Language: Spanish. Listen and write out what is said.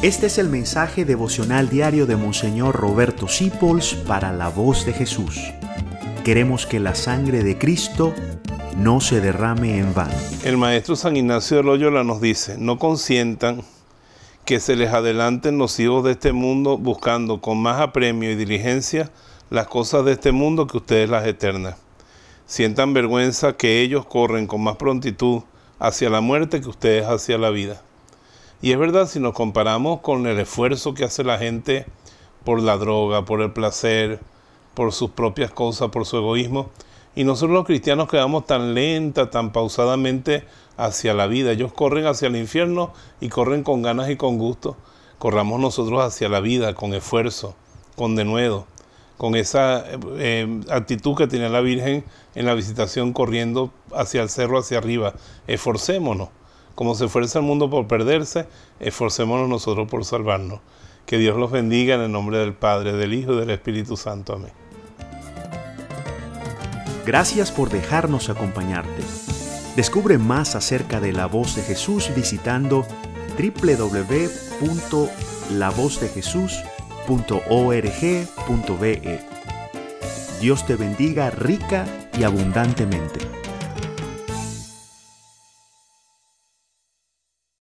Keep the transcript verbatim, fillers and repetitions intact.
Este es el mensaje devocional diario de Monseñor Roberto Sipols para la Voz de Jesús. Queremos que la sangre de Cristo no se derrame en vano. El maestro San Ignacio de Loyola nos dice: no consientan que se les adelanten los hijos de este mundo buscando con más apremio y diligencia las cosas de este mundo que ustedes las eternas. Sientan vergüenza que ellos corren con más prontitud hacia la muerte que ustedes hacia la vida. Y es verdad, si nos comparamos con el esfuerzo que hace la gente por la droga, por el placer, por sus propias cosas, por su egoísmo, y nosotros los cristianos quedamos tan lenta, tan pausadamente hacia la vida. Ellos corren hacia el infierno y corren con ganas y con gusto. Corramos nosotros hacia la vida con esfuerzo, con denuedo, con esa eh, actitud que tenía la Virgen en la visitación, corriendo hacia el cerro, hacia arriba. Esforcémonos. Como se esfuerza el mundo por perderse, esforcémonos nosotros por salvarnos. Que Dios los bendiga en el nombre del Padre, del Hijo y del Espíritu Santo. Amén. Gracias por dejarnos acompañarte. Descubre más acerca de la Voz de Jesús visitando doble u doble u doble u punto la voz de jesús punto org punto be. Dios te bendiga rica y abundantemente.